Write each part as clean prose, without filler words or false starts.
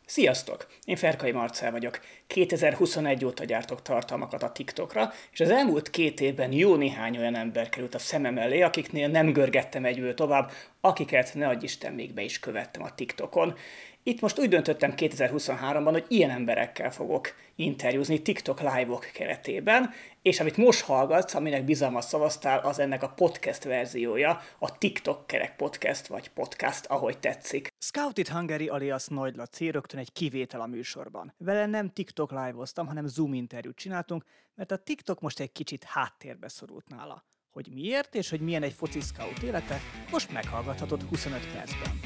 Sziasztok! Én Ferkai Marcell vagyok. 2021 óta gyártok tartalmakat a TikTokra, és az elmúlt 2 évben jó néhány olyan ember került a szemem elé, akiknél nem görgettem egyből tovább, akiket ne adj Isten még be is követtem a TikTokon. Itt most úgy döntöttem 2023-ban, hogy ilyen emberekkel fogok interjúzni TikTok live-ok keretében, és amit most hallgatsz, aminek bizalmat szavaztál, az ennek a podcast verziója, a TikTok kerek podcast, vagy podcast, ahogy tetszik. Scout It Hungary alias Nagy Laci rögtön egy kivétel a műsorban. Vele nem TikTok live-oztam, hanem Zoom interjút csináltunk, mert a TikTok most egy kicsit háttérbe szorult nála. Hogy miért és hogy milyen egy foci scout élete, most meghallgathatod 25 percben.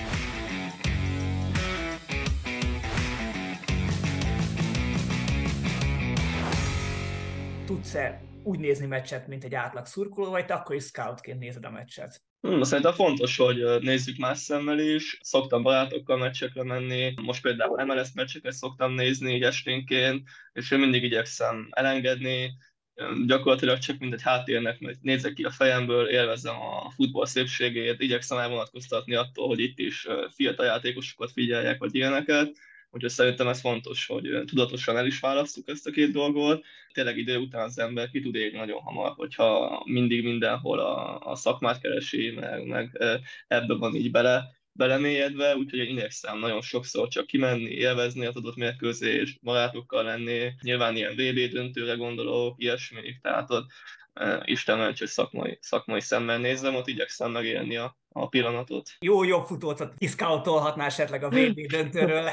Tudsz-e úgy nézni meccset, mint egy átlag szurkoló, vagy te akkor is scoutként nézed a meccset? Szerintem fontos, hogy nézzük más szemmel is. Szoktam barátokkal meccsekre menni, most például MLS meccseket szoktam nézni így esténként, és én mindig igyekszem elengedni, gyakorlatilag csak mint egy háttérnek, mert nézek ki a fejemből, élvezem a futball szépségét, igyekszem elvonatkoztatni attól, hogy itt is fiatal játékosokat figyeljek, vagy ilyeneket. Úgyhogy szerintem ez fontos, hogy tudatosan el is választjuk ezt a két dolgot. Tényleg idő után az ember ki tud érni nagyon hamar, hogyha mindig mindenhol a szakmát keresi, meg ebbe van így belemélyedve, úgyhogy én igyekszem nagyon sokszor csak kimenni, élvezni az adott mérkőzést, barátokkal lenni, nyilván ilyen VB döntőre gondolok, ilyesmi, tehát ott Isten ments, hogy szakmai szemmel nézem, ott igyekszem megélni a pillanatot. Jó jobb futót kiszkáutolhatná esetleg a VB döntőről.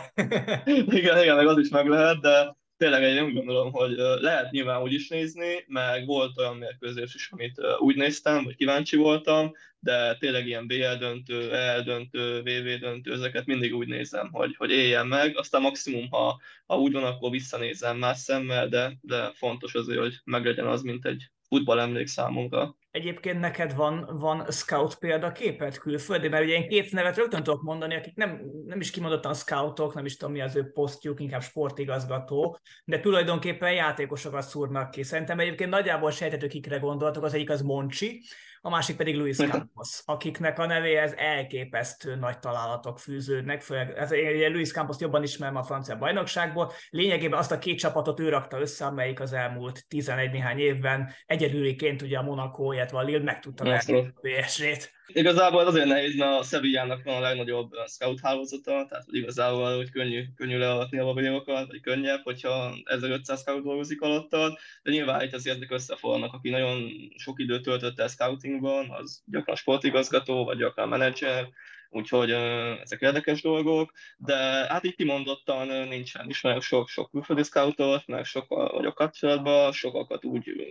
Igen, meg az is meg lehet, de tényleg én úgy gondolom, hogy lehet nyilván úgy is nézni, meg volt olyan mérkőzés is, amit úgy néztem, vagy kíváncsi voltam, de tényleg ilyen BL döntő, EL döntő, VB döntő, ezeket mindig úgy nézem, hogy éljen meg, aztán maximum, ha úgy van, akkor visszanézem más szemmel, de fontos azért, hogy meglegyen az, mint egy futballemlék számunkra. Egyébként neked van scout példaképed külföldi, mert ugye én két nevet rögtön tudok mondani, akik nem is kimondottan scoutok, nem is tudom mi az ő posztjuk, inkább sportigazgató, de tulajdonképpen játékosokat szúrnak ki. Szerintem egyébként nagyjából sejthető, kikre gondoltok, az egyik az Monchi, a másik pedig Luis Campos, akiknek a nevéhez elképesztő nagy találatok fűződnek, főleg Luis Campos jobban ismerem a francia bajnokságból, lényegében azt a két csapatot ő rakta össze, amelyik az elmúlt 11 néhány évben egyedüliként ugye a Monaco, illetve a Lille meg tudta verni a PSG-t. Igazából azért nehéz, mert a Sevillának van a legnagyobb scout hálózata, tehát igazából hogy könnyű lealatni a babériokat, vagy könnyebb, hogyha 1500 scout dolgozik alattad, de nyilván itt azért ezek összefoglalnak, aki nagyon sok időt töltött el scoutingban, az gyakran sportigazgató, vagy gyakran menedzser, úgyhogy ezek érdekes dolgok, de hát így kimondottan nincsen. Ismerek sok külföldi scoutot, meg sokkal vagyok kapcsolatban, sokakat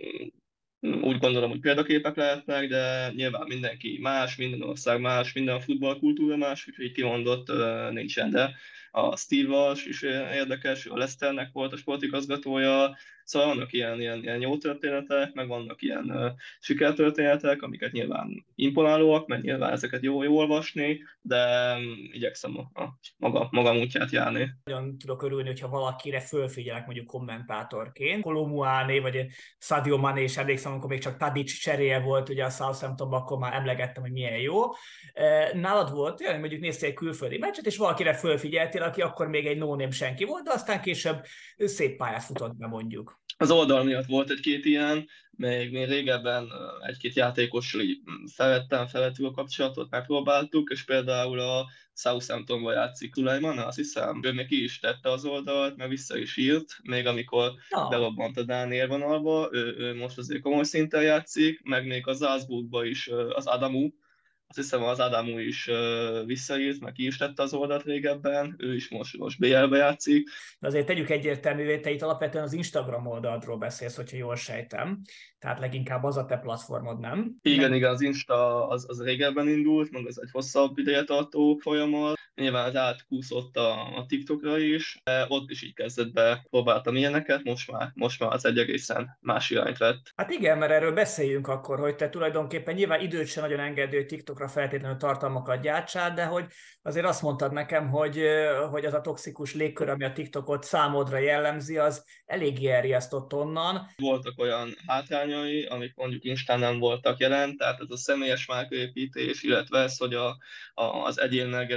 úgy gondolom, hogy példaképek lehetnek, de nyilván mindenki más, minden ország más, minden futballkultúra más, úgyhogy így kimondott nincsen, de a Steve Walsh is érdekes, a Leicesternek volt a sportigazgatója, szóval vannak ilyen jó történetek, meg vannak ilyen sikertörténetek, amiket nyilván imponálóak, mert nyilván ezeket jó olvasni, de igyekszem maga útját járni. Nagyon tudok örülni, hogyha valakire fölfigyelek mondjuk kommentátorként. Kolomuáné vagy Sadio Mané, és emlékszem, amikor még csak Tadic cseréje volt ugye a Southamptonban, akkor már emlegettem, hogy milyen jó. Nálad volt olyan, mondjuk néztél egy külföldi meccset, és valakire fölfigyeltél, aki akkor még egy no-name senki volt, de aztán később szép pályát futott be mondjuk. Az oldal miatt volt egy-két ilyen, még régebben egy-két játékossal így felettül a kapcsolatot megpróbáltuk, és például a Southamptonban játszik Sulejman, azt hiszem, ő még ki is tette az oldalt, meg vissza is írt, még amikor Na, berobbant a Dán élvonalba, ő most azért komoly szinten játszik, meg még a Salzburgba is az Adamu, azt hiszem az Adamu is visszaírt, meg ki is tette az oldalt régebben, ő is most BL-be játszik. de azért tegyük egyértelművé, te itt alapvetően az Instagram oldalról beszélsz, hogyha jól sejtem. Tehát leginkább az a te platformod, nem? Igen, az Insta az régebben indult, meg ez egy hosszabb ideje tartó folyamat. Nyilván az átkúszott a TikTokra is, de ott is így kezdett be, próbáltam ilyeneket, most már az egy egészen más irányt vett. Hát igen, mert erről beszéljünk akkor, hogy te tulajdonképpen nyilván időt sem nagyon engedő, hogy TikTokra feltétlenül tartalmakat gyártsál, de hogy azért azt mondtad nekem, hogy az a toxikus légkör, ami a TikTokot számodra jellemzi, az eléggé elriasztott onnan. Voltak olyan hátrányai, amik mondjuk Instán nem voltak jelen, tehát ez a személyes márkaépítés, illetve ez, hogy az egyén megjelenik mondjuk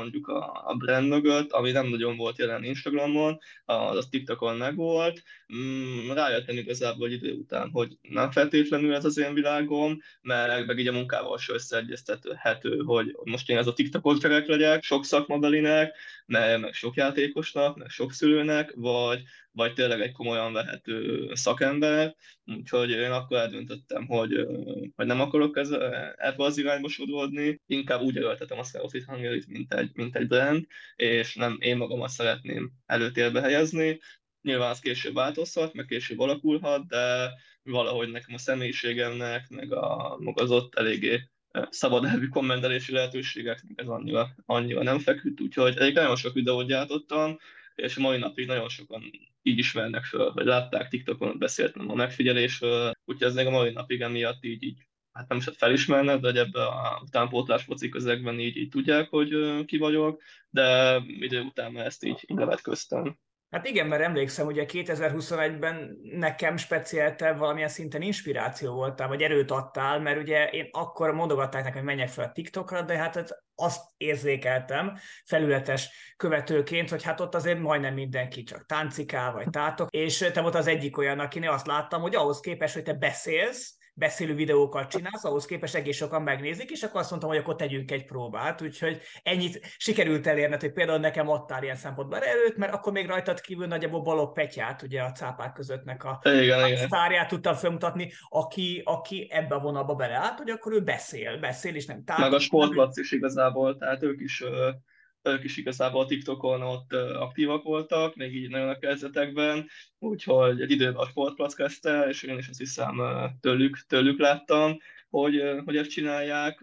mondjuk a brand mögött, ami nem nagyon volt jelen Instagramon, az TikTokon megvolt. Rájöttem igazából egy idő után, hogy nem feltétlenül ez az én világom, meg így a munkával se összeegyeztethető, hogy most én ez a TikTokos gyerek legyek, sok szakmabelinek, meg sok játékosnak, meg sok szülőnek, vagy tényleg egy komolyan vehető szakember. Úgyhogy én akkor eldöntöttem, hogy nem akarok ebbe az irányba sodródni, inkább úgy erőltetem a Scout Fit Hungary-t, mint egy brand, és nem én magamat szeretném előtérbe helyezni. Nyilván az később változhat, meg később alakulhat, de valahogy nekem a személyiségemnek, meg az ott eléggé szabad elvű kommentelési lehetőségeknek ez annyira nem feküdt, úgyhogy egyik nagyon sok videót gyártottam, és a mai napig nagyon sokan így ismernek föl, vagy látták TikTokon, beszéltem a megfigyelésről, úgyhogy ez még a mai napig emiatt így hát nem is hát felismernek, de hogy ebbe a utánpótlás foci közegben így tudják, hogy ki vagyok, de idő után már ezt így levetköztem. Hát igen, mert emlékszem, ugye 2021-ben nekem speciál te valamilyen szinten inspiráció voltál, vagy erőt adtál, mert ugye én akkor mondogatták nekem, hogy menjek fel a TikTokra, de hát azt érzékeltem felületes követőként, hogy hát ott azért majdnem mindenki csak táncikál, vagy tátok, és te volt az egyik olyan, akinél azt láttam, hogy ahhoz képest, hogy te beszélő videókat csinálsz, ahhoz képest egész sokan megnézik, és akkor azt mondtam, hogy akkor tegyünk egy próbát, úgyhogy ennyit sikerült elérned, hogy például nekem adtál ilyen szempontból erőt, mert akkor még rajtad kívül nagyjából Balogh Petyát, ugye a cápák közöttnek a Igen, igen. sztárját tudtam felmutatni, aki ebbe a vonalba beleállt, hogy akkor ő beszél, és nem Meg a tátok. sportplac is igazából, tehát ők is igazából a TikTokon ott aktívak voltak, még így nagyon a kezdetekben, úgyhogy egy időben a sportplac kezdte, és én is azt hiszem tőlük láttam, hogy ezt csinálják,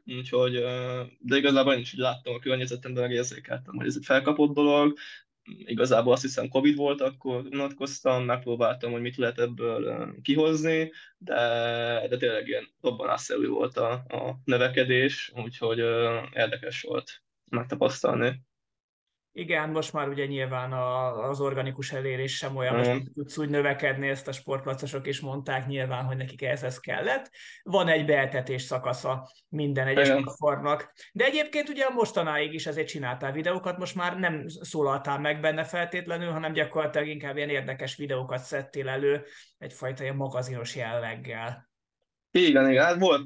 de igazából én is így láttam a környezetemben, meg érzékeltem, hogy ez egy felkapott dolog. Igazából azt hiszem Covid volt, akkor unatkoztam, megpróbáltam, hogy mit lehet ebből kihozni, de tényleg ilyen robbanásszerű volt a növekedés, úgyhogy érdekes volt megtapasztalni. Igen, most már ugye nyilván az organikus elérés sem olyan, most Mm, tudsz úgy növekedni, ezt a sportplacosok is mondták nyilván, hogy nekik ez kellett. Van egy beeltetés szakasza minden egyes igen. platformnak. De egyébként ugye mostanáig is ezért csináltál videókat, most már nem szólaltál meg benne feltétlenül, hanem gyakorlatilag inkább ilyen érdekes videókat szedtél elő, egyfajta ilyen magazinos jelleggel. Igen, hát volt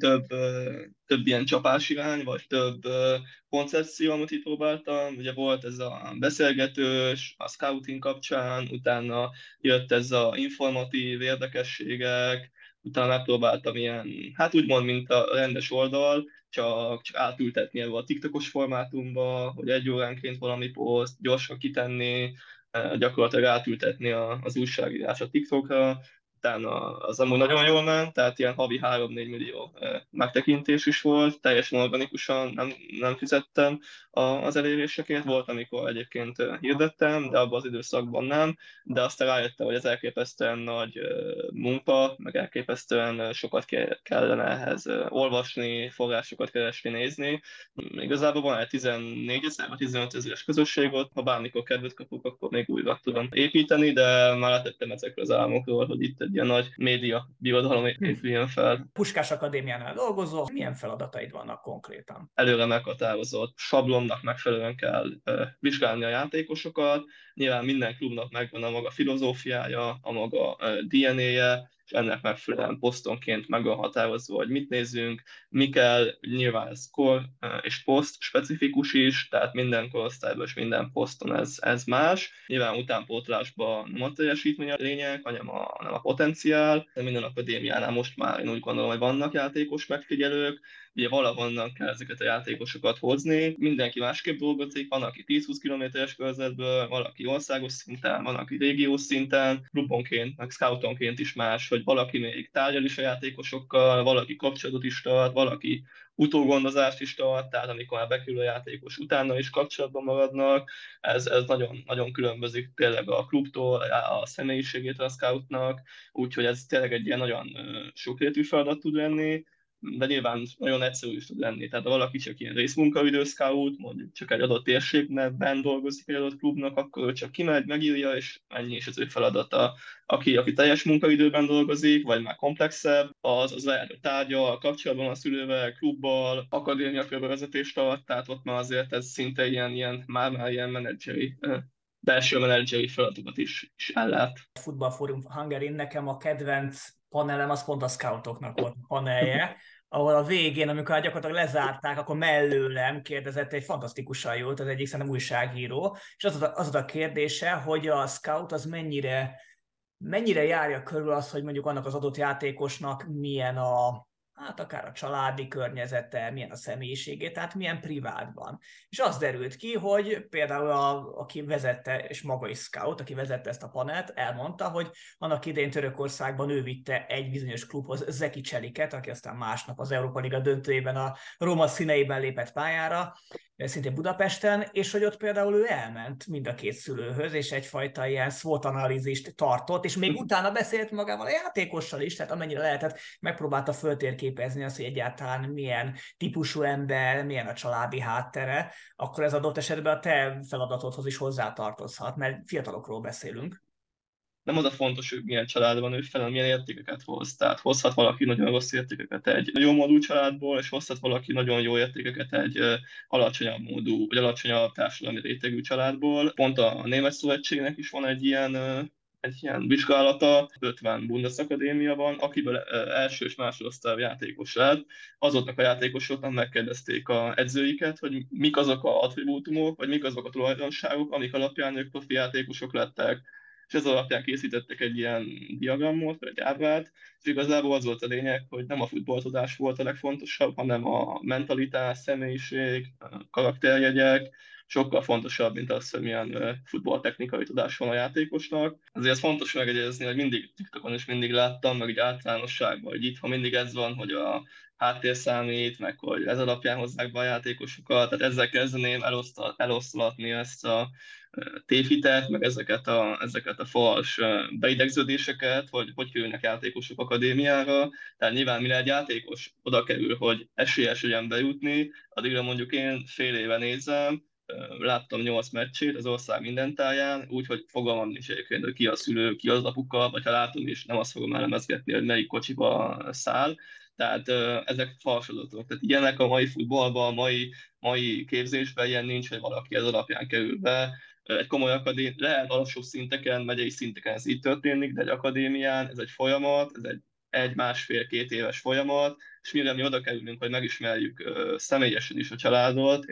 több ilyen csapásirány, vagy több koncepció, amit itt próbáltam. Ugye volt ez a beszélgetős, a scouting kapcsán, utána jött ez a informatív érdekességek, utána megpróbáltam ilyen, hát úgymond, mint a rendes oldal, csak átültetni ebbe a TikTokos formátumba, hogy egy óránként valami poszt, gyorsan kitenni, gyakorlatilag átültetni az újságírás a TikTokra, utána az amúgy nagyon jól ment, tehát ilyen havi 3-4 millió megtekintés is volt, teljesen organikusan, nem fizettem az elérésekért, volt, amikor egyébként hirdettem, de abban az időszakban nem, de aztán rájöttem, hogy ez elképesztően nagy munka, meg elképesztően sokat kellene ehhez olvasni, forrásokat keresni, nézni. Igazából van egy 14 ezer vagy 15 ezeres közösség ott, ha bármikor kedvet kapok, akkor még újra tudom építeni, de már letettem ezekről az álmokról, hogy itt egy ilyen nagy média birodalom épüljön fel. Puskás Akadémiánál dolgozol, milyen feladataid vannak konkrétan? Előre meghatározott sablonnak megfelelően kell vizsgálni a játékosokat. Nyilván minden klubnak megvan a maga filozófiája, a maga DNA-je, és ennek megfelelően posztonként meg van határozva, hogy mit nézzünk, mi kell, nyilván ez kor és poszt specifikus is, tehát minden korosztályban és minden poszton ez más. Nyilván utánpótlásban nem a teljesítmény a lényeg, hanem a potenciál. De minden akadémiánál most már én úgy gondolom, hogy vannak játékos megfigyelők, ugye valahonnan kell ezeket a játékosokat hozni. Mindenki másképp dolgozik, van, aki 10-20 kilométeres körzetből, valaki országos szinten, van, aki régiós szinten, klubonként, meg scoutonként is más, hogy valaki még tárgyal is a játékosokkal, valaki kapcsolatot is tart, valaki utógondozást is tart, tehát amikor már bekerül a játékos, utána is kapcsolatban maradnak. Ez nagyon, nagyon különbözik tényleg a klubtól, a személyiségétől a scoutnak, úgyhogy ez tényleg egy ilyen nagyon sokrétű feladat tud lenni. de nyilván nagyon egyszerű is tud lenni. Tehát ha valaki csak ilyen részmunkaidő scout, mondjuk csak egy adott térségben dolgozik egy adott klubnak, akkor ő csak kimegy, megírja, és ennyi is az ő feladata. Aki teljes munkaidőben dolgozik, vagy már komplexebb, az lehet, hogy tárgyal, kapcsolatban a szülővel, klubbal, akadémia körbevezetést tart, tehát ott már azért ez szinte már ilyen menedzseri, belső menedzseri feladatokat is ellát. Football Forum Hungary, nekem a kedvenc panelem az pont a scoutoknak volt a panelje, ahol a végén, amikor gyakorlatilag lezárták, akkor mellőlem kérdezett egy fantasztikusan jót, az egyik szerintem újságíró, és az a kérdése, hogy a scout az mennyire járja körül az, hogy mondjuk annak az adott játékosnak milyen hát akár a családi környezete, milyen a személyiségé, tehát milyen privátban. És az derült ki, hogy például aki vezette, és maga is scout, aki vezette ezt a panelt, elmondta, hogy annak idején Törökországban ő vitte egy bizonyos klubhoz Zeki Cseliket, aki aztán másnap az Európa Liga döntőjében a Róma színeiben lépett pályára, szintén Budapesten, és hogy ott például ő elment mind a két szülőhöz, és egyfajta ilyen SWOT analízist tartott, és még utána beszélt magával a játékossal is, tehát amennyire lehetett, megpróbálta föltérképezni azt, hogy egyáltalán milyen típusú ember, milyen a családi háttere, akkor ez adott esetben a te feladatodhoz is hozzátartozhat, mert fiatalokról beszélünk. Nem az a fontos, hogy milyen családban nő fel, hanem milyen értékeket hoz. Tehát hozhat valaki nagyon rossz értékeket egy nagyon modú családból, és hozhat valaki nagyon jó értékeket egy alacsonyabb módú, vagy alacsonyabb társadalmi rétegű családból. Pont a Német Szövetségnek is van egy ilyen vizsgálata, 50 Bundesakadémia van, akiből első és másodosztályú játékos lett. Azoknak a játékosoknak megkérdezték a edzőiket, hogy mik azok a attribútumok, vagy mik azok a tulajdonságok, amik alapján ők profi játékosok lettek, és ez alapján készítettek egy ilyen diagramot, vagy egy ábrát, és igazából az volt a lényeg, hogy nem a futballtudás volt a legfontosabb, hanem a mentalitás, személyiség, a karakterjegyek, sokkal fontosabb, mint az, hogy milyen futballtechnikai tudás van a játékosnak. Azért ez fontos megjegyezni, hogy mindig TikTokon is mindig láttam, meg így általánosságban, hogy itthon mindig ez van, hogy a háttér számít, meg hogy ez alapján hozzák be a játékosokat, tehát ezzel kezdeném eloszlatni ezt a tévhitet, meg ezeket a fals beidegződéseket, hogy kerülnek játékosok akadémiára. Tehát nyilván mire egy játékos oda kerül, hogy esélyes legyen bejutni, addigra mondjuk én fél éve nézem, láttam 8 meccsét az ország minden táján, úgyhogy fogalmam nincs egyébként, hogy ki a szülő, ki az apuka, vagy ha látom is, nem azt fogom elemezgetni, hogy melyik kocsiba száll. Tehát ezek falsolatok. Tehát ilyenek a mai futballban, a mai képzésben ilyen nincs, hogy valaki ez alapján kerül be. Egy komoly akadémia, lehet alsóbb szinteken, megyei szinteken ez így történik, de egy akadémián ez egy folyamat, ez egy másfél-két éves folyamat, és mire mi oda kerülünk, hogy megismerjük személyesen is a családot,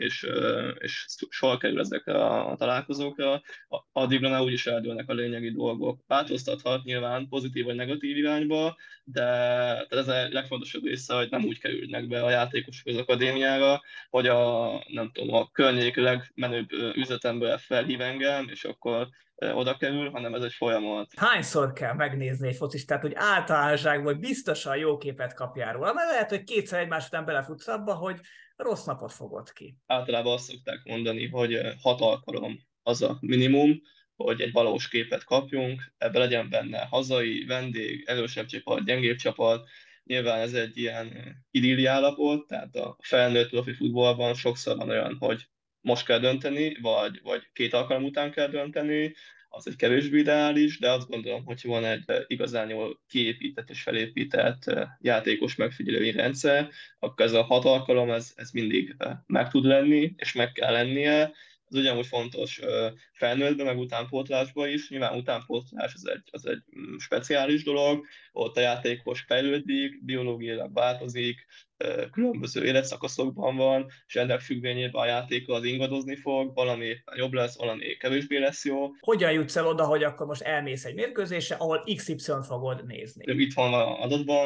és sor kerül ezekre a találkozókra, addigra már úgyis eldőlnek a lényegi dolgok. Változtathat nyilván pozitív vagy negatív irányba, de ez a legfontosabb része, hogy nem úgy kerülnek be a játékosok az akadémiára, hogy nem tudom, a környék legmenőbb üzletember felhív engem, és akkor oda kerül, hanem ez egy folyamat. Hányszor kell megnézni egy focistát, hogy általánosságban biztosan jó képet kapjál róla? Mert lehet, hogy kétszer egymás után belefutsz abba, hogy rossz napot fogod ki. Általában azt szokták mondani, hogy 6 alkalom az a minimum, hogy egy valós képet kapjunk, ebbe legyen benne hazai, vendég, erősebb csapat, gyengébb csapat. Nyilván ez egy ilyen idilli állapot, tehát a felnőtt profi futballban sokszor van olyan, hogy most kell dönteni, vagy 2 alkalom után kell dönteni, az egy kevésbé ideális, de azt gondolom, hogy van egy igazán jól kiépített és felépített játékos megfigyelői rendszer, akkor ez a 6 alkalom, ez mindig meg tud lenni, és meg kell lennie. Ez ugyanúgy fontos felnőttben, meg utánpótlásban is. Nyilván utánpótlás az egy speciális dolog, ott a játékos fejlődik, biológiailag változik, különböző életszakaszokban van, és ennek függvényében a játéka az ingadozni fog, valami éppen jobb lesz, valami kevésbé lesz jó. Hogyan jutsz el oda, hogy akkor most elmész egy mérkőzésre, ahol XY-t fogod nézni? Itt van az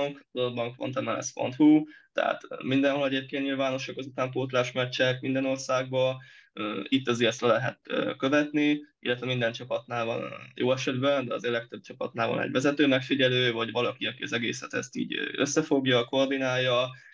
adatbank.mls.hu, tehát mindenhol egyébként nyilvánosak az utánpótlás meccsek, minden országban, itt azért ezt le lehet követni, illetve minden csapatnál van jó esetben, de az legtöbb csapatnál van egy vezető megfigyelő, vagy valaki, aki az egészet ezt így összefogja, koordinálja,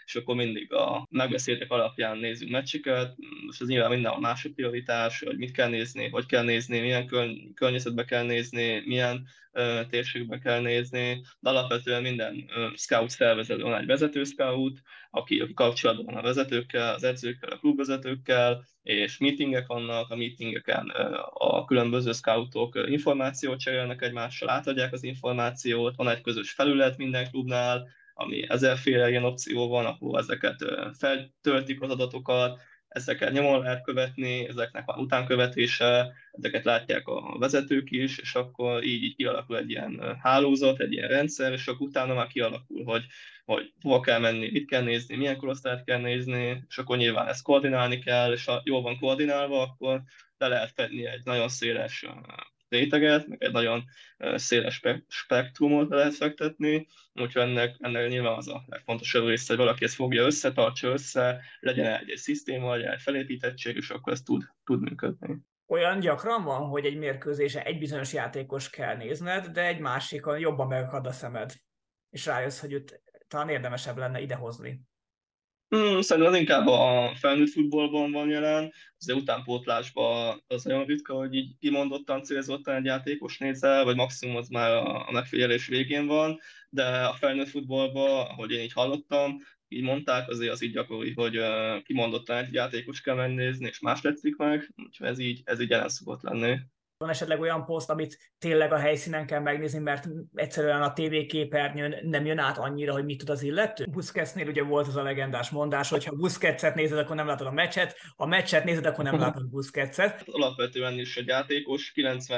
és akkor mindig a megbeszéltek alapján nézzünk meccseket, és ez nyilván mindenhol más a prioritás, hogy mit kell nézni, hogy kell nézni, milyen környezetbe kell nézni, milyen térségbe kell nézni, de alapvetően minden scout szervezetben van egy vezető scout, aki kapcsolatban van a vezetőkkel, az edzőkkel, a klubvezetőkkel, és meetingek vannak, a meetingeken a különböző scoutok információt cserélnek egymással, átadják az információt, van egy közös felület minden klubnál, ami ezerféle ilyen opció van, ahol ezeket feltöltik az adatokat, ezeket nyomon lehet követni, ezeknek van utánkövetése, ezeket látják a vezetők is, és akkor így kialakul egy ilyen hálózat, egy ilyen rendszer, és akkor utána már kialakul, hogy hova kell menni, mit kell nézni, milyen korosztályt kell nézni, és akkor nyilván ezt koordinálni kell, és ha jól van koordinálva, akkor le lehet fedni egy nagyon széles réteget, meg egy nagyon széles spektrumot lehet fektetni, úgyhogy ennek nyilván az a legfontosabb része, hogy valaki ezt fogja össze, tartsa össze, legyen egy szisztéma, legyen egy felépítettség, és akkor ez tud működni. Olyan gyakran van, hogy egy mérkőzésen egy bizonyos játékos kell nézned, de egy másikon jobban megakad a szemed, és rájössz, hogy őt talán érdemesebb lenne idehozni. Szerintem az inkább a felnőtt futballban van jelen, azért utánpótlásban az olyan ritka, hogy így kimondottan célzottan egy játékos nézel, vagy maximum az már a megfigyelés végén van, de a felnőtt futballban, ahogy én így hallottam, így mondták, azért az így gyakori, hogy kimondottan egy játékos kell megnézni, és más tetszik meg, úgyhogy ez így jelen szokott lenni. Van esetleg olyan poszt, amit tényleg a helyszínen kell megnézni, mert egyszerűen a tévéképernyőn nem jön át annyira, hogy mit tud az illető? Busquetsnél ugye volt az a legendás mondás, hogy ha Busquetset nézed, akkor nem látod a meccset, ha meccset nézed, akkor nem látod Busquetset. Alapvetően is a játékos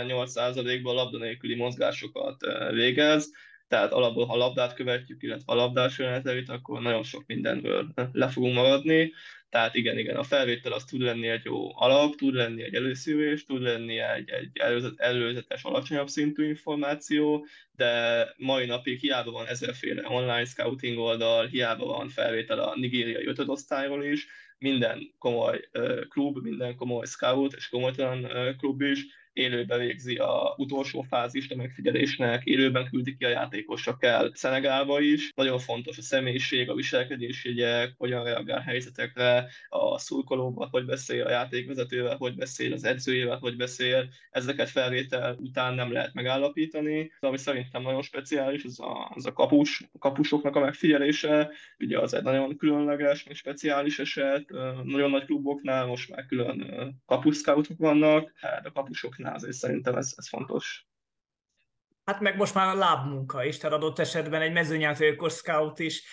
98%-ban labda nélküli mozgásokat végez, tehát alapból, ha labdát követjük, illetve a labdás jelenetet, akkor nagyon sok mindenről le fogunk maradni. Tehát igen, a felvétel az tud lenni egy jó alap, tud lenni egy előszűrés, tud lenni egy előzetes, alacsonyabb szintű információ, de mai napig hiába van ezerféle online scouting oldal, hiába van felvétel a nigériai ötödosztályról is, minden komoly klub, minden komoly scout és komolytalan klub is élőben végzi a utolsó fázist a megfigyelésnek, élőben küldi ki a játékosra kell Szenegálba is. Nagyon fontos a személyiség, a viselkedési jegyek, hogyan reagál helyzetekre, a szurkolóval, hogy beszél, a játékvezetővel, hogy beszél, az edzőjével, hogy beszél. Ezeket felvétel után nem lehet megállapítani. Ami szerintem nagyon speciális, az a kapusoknak a megfigyelése. Ugye az egy nagyon különleges, meg speciális eset. Nagyon nagy kluboknál most már külön kapuszkautok vannak, de a kapusoknál azért szerintem ez fontos. Hát meg most már a lábmunka is, tehát adott esetben egy mezőnyjátékos scout is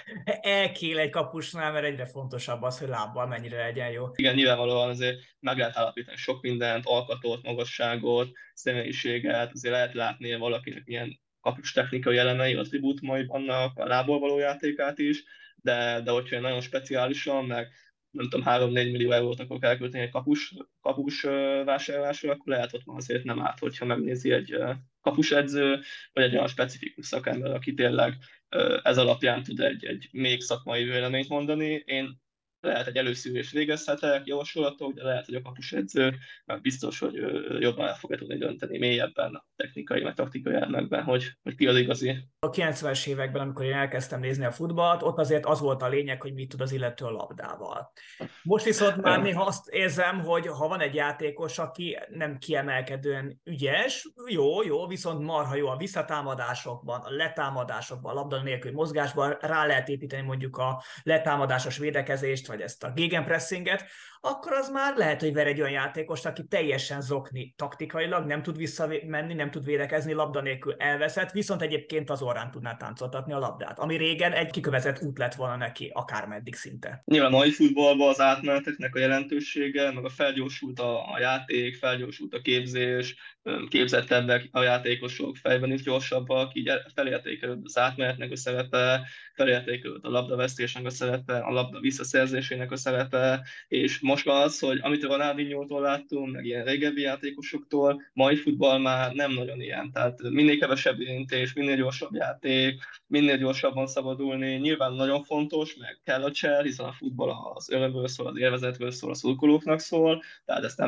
elkél egy kapusnál, mert egyre fontosabb az, hogy lábbal mennyire legyen jó. Igen, nyilvánvalóan azért meg lehet állapítani sok mindent, alkatot, magasságot, személyiséget, azért lehet látni valakinek milyen kapus technikai elemei, attribútumai vannak, a lából való játékát is, de hogyha nagyon speciálisan, meg nem tudom, 3-4 millió eurót akarok elkölteni egy kapus vásárlásra, akkor lehet ott már azért nem árt, hogyha megnézi egy kapusedző, vagy egy olyan specifikus szakember, aki tényleg ez alapján tud egy még szakmai véleményt mondani. Én lehet egy előszűrés végezhetek, javaslatok, de lehet, hogy a kapusedző meg biztos, hogy jobban el fogja tudni dönteni mélyebben a technikai, meg taktikai elemekben, hogy ki az igazi. A 90-es években, amikor én elkezdtem nézni a futballt, ott azért az volt a lényeg, hogy mit tud az illető a labdával. Most viszont már néha azt érzem, hogy ha van egy játékos, aki nem kiemelkedően ügyes, jó, viszont marha jó a visszatámadásokban, a letámadásokban, a labda nélküli mozgásban, rá lehet építeni mondjuk a letámadásos védekezést, vagy ezt a gegenpressinget, akkor az már lehet, hogy ver egy olyan játékost, aki teljesen zokni taktikailag, nem tud visszamenni, nem tud védekezni, labda nélkül elveszett, viszont egyébként az orrán tudná táncoltatni a labdát, ami régen egy kikövezett út lett volna neki, akármeddig szinte. Nyilván a mai futballban az átmeneteknek a jelentősége, meg a felgyorsult a játék, felgyorsult a képzés, képzettebbek a játékosok, fejben is gyorsabbak, így felértékelődött az átmenetnek a szerepe, felértékelődött a labdavesztésnek a szerepe, a labda visszaszerzésének a szerepe, és most az, hogy amit a Ronaldinho-tól láttunk, meg ilyen régebbi játékosoktól, mai futball már nem nagyon ilyen. Tehát minél kevesebb érintés, minél gyorsabb játék, minél gyorsabban szabadulni, nyilván nagyon fontos, meg kell a csel, hiszen a futball az örömről szól, az élvezetről szól, a szurkolóknak szól, tehát ezt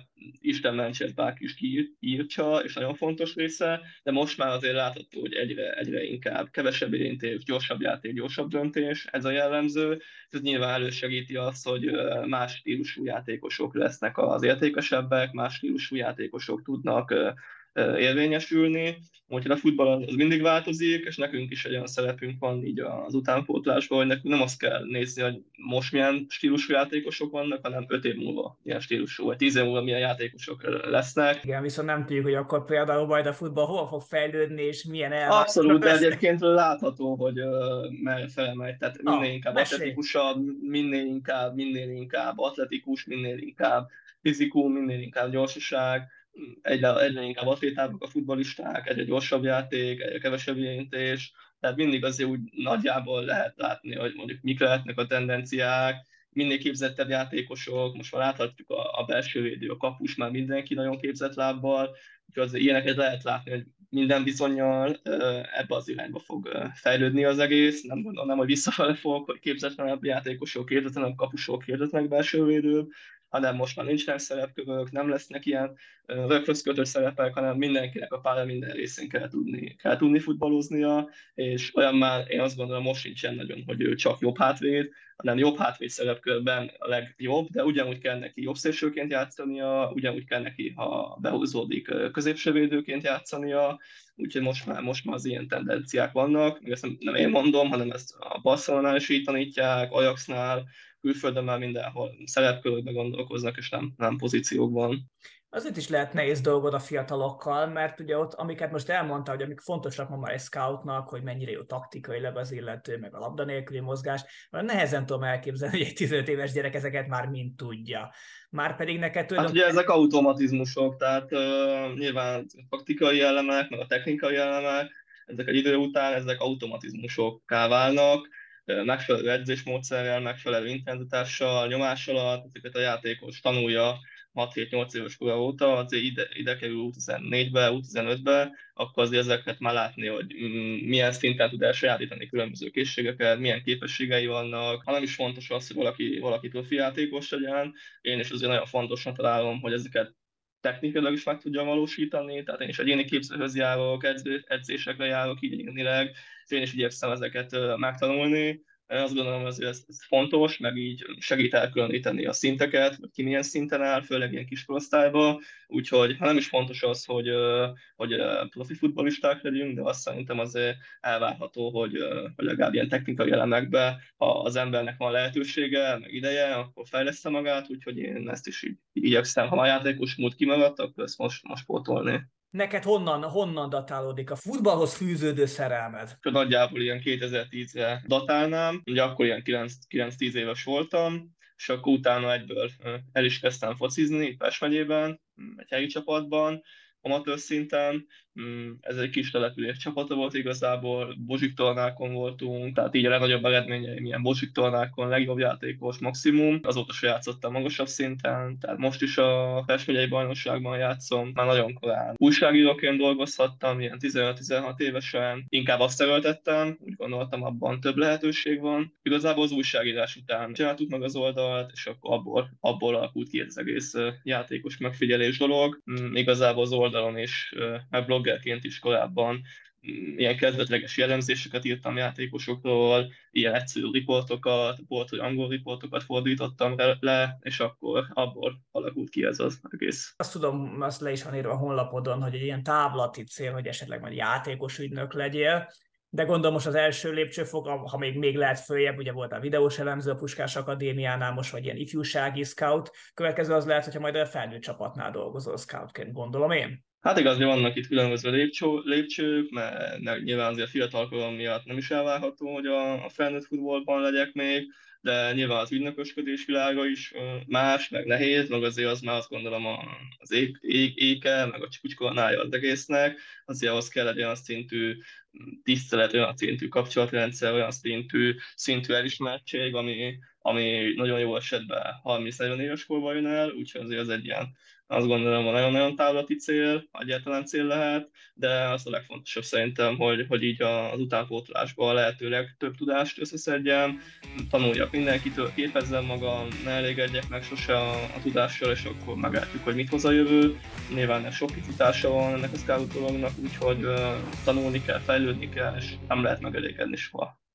Isten mentse, bárki is kiírtsa, és nagyon fontos része, de most már azért látható, hogy egyre inkább kevesebb érintés, gyorsabb játék, gyorsabb döntés, ez a jellemző. Ez nyilván elősegíti azt, hogy más stílusú játékosok lesznek az értékesebbek, más stílusú játékosok tudnak érvényesülni, úgyhogy a futball az mindig változik, és nekünk is egy olyan szerepünk van így az utánpótlásban, hogy nekünk nem azt kell nézni, hogy most milyen stílusú játékosok vannak, hanem 5 év múlva milyen stílusú, vagy 10 év múlva milyen játékosok lesznek. Igen, viszont nem tudjuk, hogy akkor például majd a futball hova fog fejlődni, és milyen elvárások Abszolút, de lesznek. egyébként látható, hogy merre felemegy, tehát minél Na, inkább mesélj! atletikusabb, minél inkább atletikus, minél inkább fizikum, minél inkább gyorsaság, egyre inkább atlétábbak a futballisták, egyre gyorsabb játék, egyre kevesebb érintés, tehát mindig azért úgy nagyjából lehet látni, hogy mondjuk mik lehetnek a tendenciák, minél képzettebb játékosok, most már láthatjuk a belső védő, a kapus, már mindenki nagyon képzett lábbal, úgyhogy azért ilyeneket lehet látni, hogy minden bizonnyal ebbe az irányba fog fejlődni az egész. Nem gondolom, nem, hogy visszafele fog, hogy képzetlenebb játékosok, képzetlenebb kapusok, képzetlenek belső védők, hanem most már nincsenek szerepkövök, nem lesznek ilyen röghöz kötött szerepek, hanem mindenkinek a pálya minden részén kell tudni futballoznia, és olyan már én azt gondolom most sincsen nagyon, hogy ő csak jobb hátvéd, hanem jobb hátvéd szerepkörben a legjobb, de ugyanúgy kell neki jobb szélsőként játszania, ugyanúgy kell neki, ha behúzódik, középsővédőként játszania, úgyhogy most már az ilyen tendenciák vannak, még ezt nem én mondom, hanem ezt a Barcelonánál is így tanítják, Ajaxnál, külföldön már mindenhol szerepkörökben gondolkoznak, és nem pozíciókban. Azért is lehet nehéz dolgod a fiatalokkal, mert ugye ott, amiket most elmondta, hogy amik fontosak ma már egy scoutnak, hogy mennyire jó taktikailag az illető, meg a labda nélküli mozgás, mert nehezen tudom elképzelni, hogy egy 15 éves gyerek ezeket már mind tudja. Márpedig neked Hát ugye tulajdonképpen... ezek automatizmusok, tehát nyilván a taktikai elemek, meg a technikai elemek, ezek egy idő után ezek automatizmusokká válnak, megfelelő edzésmódszerrel, megfelelő intenzitással, nyomás alatt, ezeket a játékos tanulja 6-7-8 éves kora óta, azért ide kerül U14-be, U15-be, akkor azért ezeket már látni, hogy milyen szinten tud elsajátítani különböző készségeket, milyen képességei vannak, hanem is fontos az, hogy valaki profi játékos legyen. Én is azért nagyon fontosnak találom, hogy ezeket technikailag is meg tudjam valósítani, tehát én is egyéni képzőhöz járok, edzésekre járok így egyénileg, és én is igyekszem ezeket megtanulni. Én azt gondolom, hogy ez fontos, meg így segít elkülöníteni a szinteket, hogy ki milyen szinten áll, főleg ilyen kis korosztályban, úgyhogy ha nem is fontos az, hogy profi futballisták legyünk, de azt szerintem azért elvárható, hogy legalább ilyen technikai elemekben, ha az embernek van lehetősége, meg ideje, akkor fejleszte magát, úgyhogy én ezt is így igyekszem, ha a játékos múlt kimaradt, akkor ezt most pótolni. Neked honnan datálódik a futballhoz fűződő szerelmed? Nagyjából ilyen 2010-re datálnám, ugye akkor ilyen 9-10 éves voltam, és akkor utána egyből el is kezdtem focizni itt Pest megyében, egy helyi csapatban, amatőr szinten. Ez egy kis település csapata volt igazából, Bozsik tornákon voltunk, tehát így a legnagyobb eredményeim ilyen Bozsik tornákon, legjobb játékos maximum. Azóta se játszottam magasabb szinten, tehát most is a Pest megyei bajnokságban játszom, már nagyon korán. Újságíróként dolgozhattam, ilyen 15-16 évesen, inkább azt erőltettem, úgy gondoltam, abban több lehetőség van. Igazából az újságírás után csináltuk meg az oldalt, és akkor abból alakult ki ez az egész játékos megfigyelés dolog. Igazából az oldalon is, meg bloggerként is korábban ilyen kezdetleges jellemzéseket írtam játékosokról, ilyen egyszerű riportokat, volt, hogy angol riportokat fordítottam le, és akkor abból alakult ki ez az egész. Azt tudom, azt le is van írva a honlapodon, hogy egy ilyen távlati cél, hogy esetleg majd játékos ügynök legyél, de gondolom most az első lépcsőfok, ha még lehet följebb, ugye volt a videós elemző a Puskás Akadémiánál, most vagy ilyen ifjúsági scout, következő az lehet, hogyha majd a felnőtt csapatnál dolgozol scoutként, gondolom én. Hát igaz, hogy vannak itt különböző lépcsők, mert nyilván azért fiatalkorom miatt nem is elvárható, hogy a felnőtt futballban legyek még, de nyilván az ügynökösködés világa is más, meg nehéz, meg azért az már azt gondolom az éke, meg a csúcskoronája az egésznek, azért ahhoz kell egy olyan szintű tisztelet, olyan szintű kapcsolatrendszer, olyan szintű elismertség, ami nagyon jó esetben 30-40 éves korban jön el, úgyhogy azért az egy ilyen azt gondolom, a nagyon-nagyon távlati cél, ha egyáltalán cél lehet, de az a legfontosabb szerintem, hogy így az utánpótlásban lehetőleg több tudást összeszedjem, tanuljak mindenkitől, képezzem magam, ne elégedjek meg sose a tudással, és akkor meglátjuk, hogy mit hoz a jövő. Nyilván sok kicitása van ennek a scout dolognak, úgyhogy tanulni kell, fejlődni kell, és nem lehet megelégedni soha.